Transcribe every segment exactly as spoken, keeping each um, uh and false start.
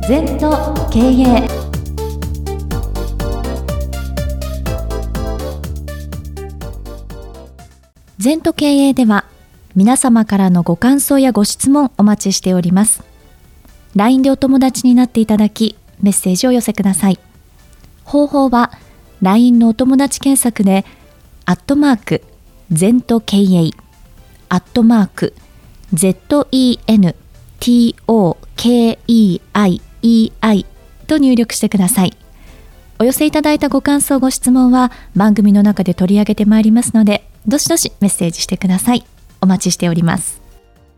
全と経営。全と経営では皆様からのご感想やご質問お待ちしております。 ライン でお友達になっていただきメッセージをお寄せください。方法は ライン のお友達検索でアットマーク全と経営アットマーク ゼットイーエヌティーオーケーイーアイイーアイ と入力してください。お寄せいただいたご感想ご質問は番組の中で取り上げてまいりますので、どしどしメッセージしてください。お待ちしております。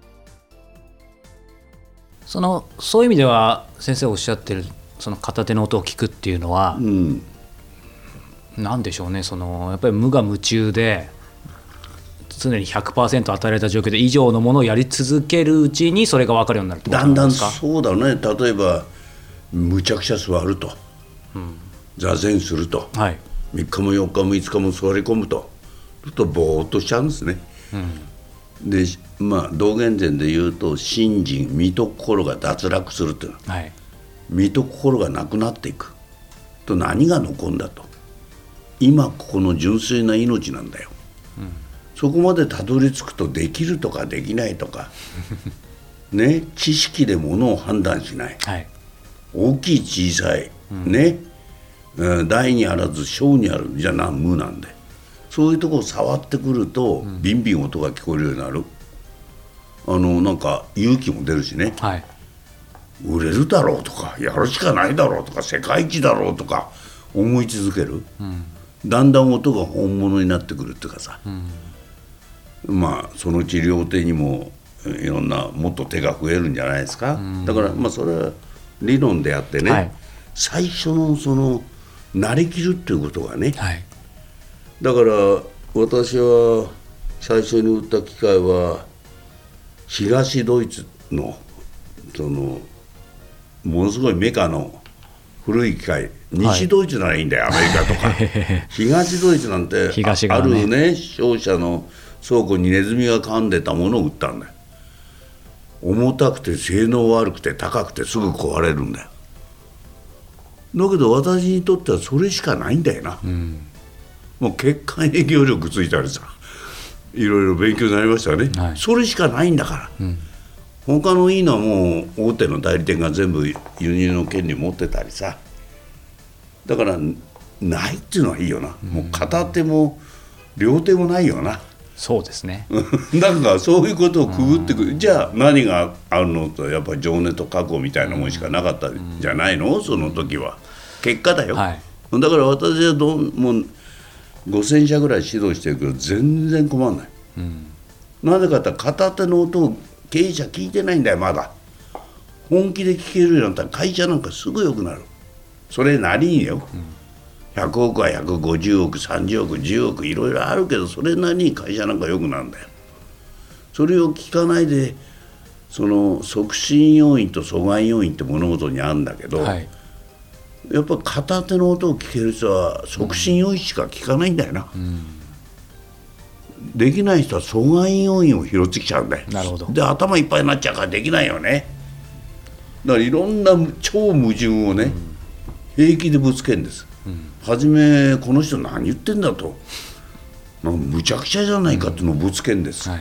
そのそういう意味では先生おっしゃってるその片手の音を聞くっていうのは、うん、なんでしょうね、そのやっぱり無我夢中で常に ひゃくパーセント 与えられた状況で以上のものをやり続けるうちにそれが分かるようになるってことなんですか？ だんだんそうだね。例えばむちゃくちゃ座ると、うん、座禅すると、はい、みっかもよっかもいつかも座り込むとちょっとぼーっとしちゃうんですね、うん、でまあ道元禅で言うと心身身と心が脱落するというのは、はい、身と心がなくなっていくと何が残るんだと、今ここの純粋な命なんだよ、うん、そこまでたどり着くとできるとかできないとかね、知識でものを判断しない、はい、大きい小さい、うんね、大にあらず小にあるじゃな無なんで、そういうところを触ってくると、うん、ビンビン音が聞こえるようになる。あのなんか勇気も出るしね、はい、売れるだろうとかやるしかないだろうとか世界一だろうとか思い続ける、うん、だんだん音が本物になってくるっていうかさ、うん、まあそのうち料亭にもいろんなもっと手が増えるんじゃないですか、うん、だからまあそれは理論であってね、はい、最初のその慣れきるっていうことがね、はい、だから私は最初に売った機械は東ドイツのそのものすごいメカの古い機械、西ドイツならいいんだよ、はい、アメリカとか東ドイツなんて、ね、あるね商社の倉庫にネズミが噛んでたものを売ったんだよ。重たくて性能悪くて高くてすぐ壊れるんだよ。だけど私にとってはそれしかないんだよな、うん、もう血管営業力ついたりさいろいろ勉強になりましたね、はい、それしかないんだから、うん、他のいいのはもう大手の代理店が全部輸入の権利持ってたりさ、だからないっていうのはいいよな、うん、もう片手も両手もないよな。 そうですねだからそういうことをくぐってくる、じゃあ何があるのと、やっぱり情熱と覚悟みたいなもんしかなかったじゃないの、その時は結果だよ、はい、だから私はどんもうごせんしゃぐらい指導してるけど全然困らない、うん、なぜかって片手の音を経営者聞いてないんだよ。まだ本気で聞けるようになったら会社なんかすぐ良くなる。それなりによ、うん、ひゃくおくはひゃくごじゅうおくさんじゅうおくじゅうおくいろいろあるけど、それなりに会社なんか良くなるんだよ。それを聞かないでその促進要因と阻害要因って物事にあるんだけど、はい、やっぱ片手の音を聞ける人は促進要因しか聞かないんだよな、うん、できない人は阻害要因を拾ってきちゃうんだよ。 なるほど。 で頭いっぱいになっちゃうからできないよね。だからいろんな超矛盾をね、うん、平気でぶつけるんです、うん、初めこの人何言ってんだと、なんかむちゃくちゃじゃないかっていうのをぶつけるんです、うんはい、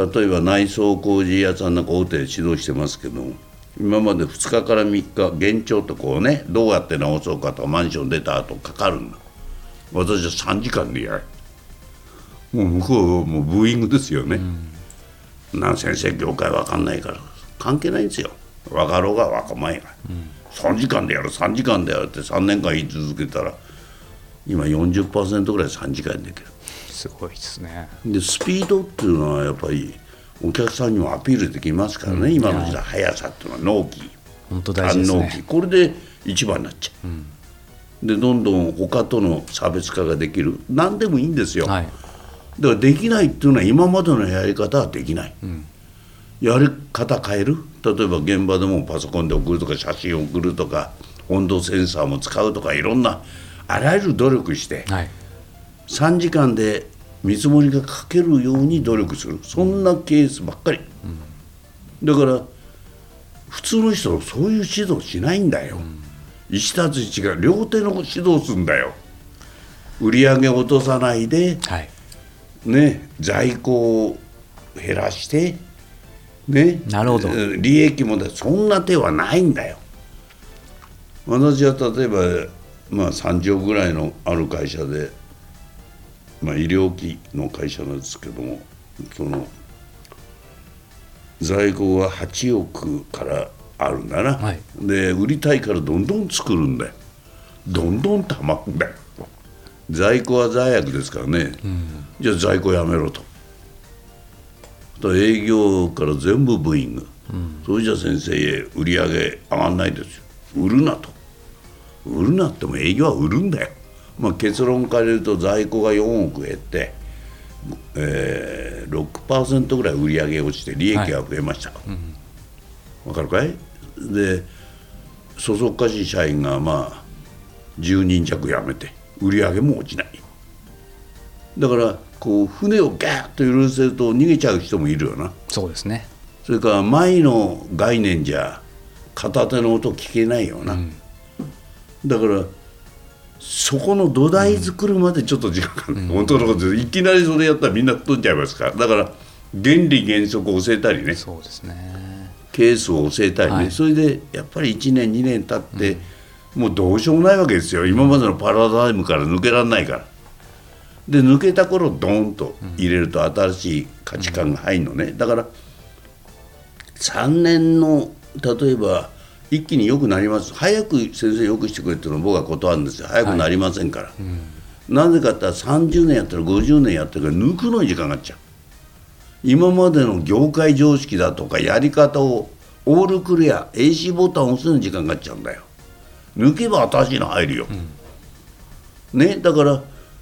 例えば内装工事屋さんなんか大手で指導してますけど、今までふつかからみっか現状とこうね、どうやって直そうかとかマンション出た後かかるんだ。私はさんじかんでやる。もう向こうはもうブーイングですよね、うん、なん先生業界わかんないから関係ないんですよ。分かろうが分かまいが、うん、さんじかんでやるさんじかんでやるってさんねんかん言い続けたら今 よんじゅっパーセント ぐらいさんじかんできる。 すごいですね。 でスピードっていうのはやっぱりお客さんにもアピールできますからね、うん、今の時代速さっていうのは納期本当大事ですね。 納期これで一番になっちゃう、うん、でどんどん他との差別化ができる。何でもいいんですよ、はい、だからできないっていうのは今までのやり方はできない、うん、やり方変える。例えば現場でもパソコンで送るとか写真を送るとか温度センサーも使うとかいろんなあらゆる努力して、はい、さんじかんで見積もりが書けるように努力する、そんなケースばっかり、うん、だから普通の人そういう指導しないんだよ、うん、石立ちが両手の指導するんだよ。売り上げを落とさないで、はいね、在庫を減らして、ね、 なるほど、 利益もだ、そんな手はないんだよ。私は例えば、まあ、さんじょうぐらいのある会社で、まあ、医療機の会社なんですけども、その在庫がはちおくからあるんだな、はい、で売りたいからどんどん作るんだよ。どんどんたまるんだよ。在庫は罪悪ですからね、うん、じゃあ在庫やめろと。と営業から全部ブーイング、うん、それじゃ先生売り上げ上がんないですよ。売るなと。売るなっても営業は売るんだよ。まあ、結論から言うと在庫がよんおく減って、えー、ろくパーセント ぐらい売り上げ落ちて利益が増えました、はい、うん、分かるかい。でそそっかしい社員がまあじゅうにん弱辞めて売り上げも落ちない。だからこう船をガーッと揺らせると逃げちゃう人もいるよな。 そうですね。 それから前の概念じゃ片手の音聞けないよな、うん、だからそこの土台作るまでちょっと時間かかる、うん、本当のことでいきなりそれやったらみんな吹っ飛んじゃいますから。だから原理原則を教えたりね、 そうですね、 ケースを教えたりね、はい、それでやっぱりいちねんにねん経って、うん、もうどうしようもないわけですよ。今までのパラダイムから抜けられないから。で抜けた頃ドーンと入れると新しい価値観が入るのね、うん、だからさんねんの例えば一気に良くなります。早く先生良くしてくれっていうのを僕は断るんですよ。早くなりませんから、はい、うん、なぜかって言ったらさんじゅうねんやったらごじゅうねんやってるから抜くのに時間がかかっちゃう。今までの業界常識だとかやり方をオールクリア エーシー ボタンを押すのに時間がかかっちゃうんだよ。抜けば新しいの入るよ、うん、ね。だから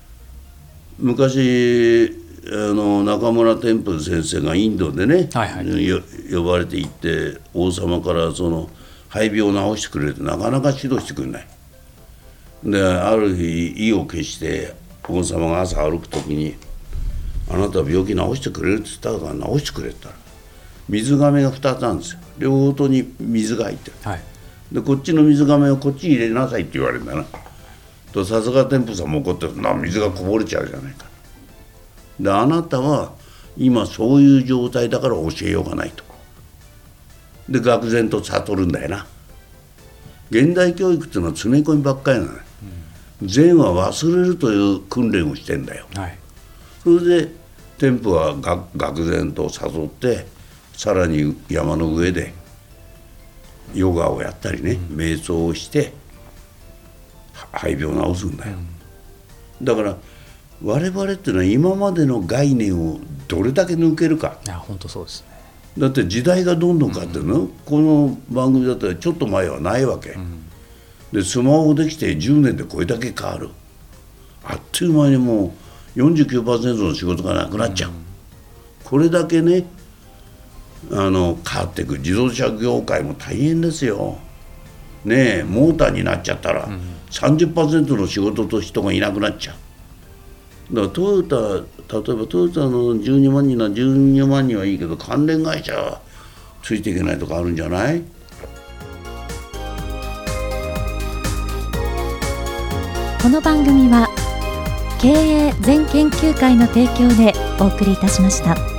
昔あの中村天風先生がインドでね、はいはい、呼ばれていって王様からその肺病を治してくれってなかなか指導してくれない。である日意を決して王様が朝歩く時にあなたは病気治してくれるって言ったから治してくれって言ったら水がめがふたつあるんですよ。両方とに水が入ってる、はい、でこっちの水がめをこっちに入れなさいって言われるんだなと。さすが天風さんも怒ってるな、水がこぼれちゃうじゃないか。であなたは今そういう状態だから教えようがないと。で愕然と悟るんだよな。現代教育っていうのは詰め込みばっかりなのよ、うん、善は忘れるという訓練をしてんだよ、はい、それで天風はが愕然と誘ってさらに山の上でヨガをやったりね、うん、瞑想をして肺病を治すんだよ、うん、だから我々っていうのは今までの概念をどれだけ抜けるか。 いや本当そうですね。 だって時代がどんどん変わってるの、うん、この番組だったらちょっと前はないわけ、うん、でスマホできてじゅうねんでこれだけ変わる。あっという間にもう よんじゅうきゅうパーセント の仕事がなくなっちゃう、うん、これだけねあの変わっていく。自動車業界も大変ですよねえ。モーターになっちゃったら さんじゅっパーセント の仕事と人がいなくなっちゃう。だからトヨタ、例えばトヨタのじゅうにまんにんはじゅうにまんにんはいいけど関連会社はついていけないとかあるんじゃない？ この番組は経営全研究会の提供でお送りいたしました。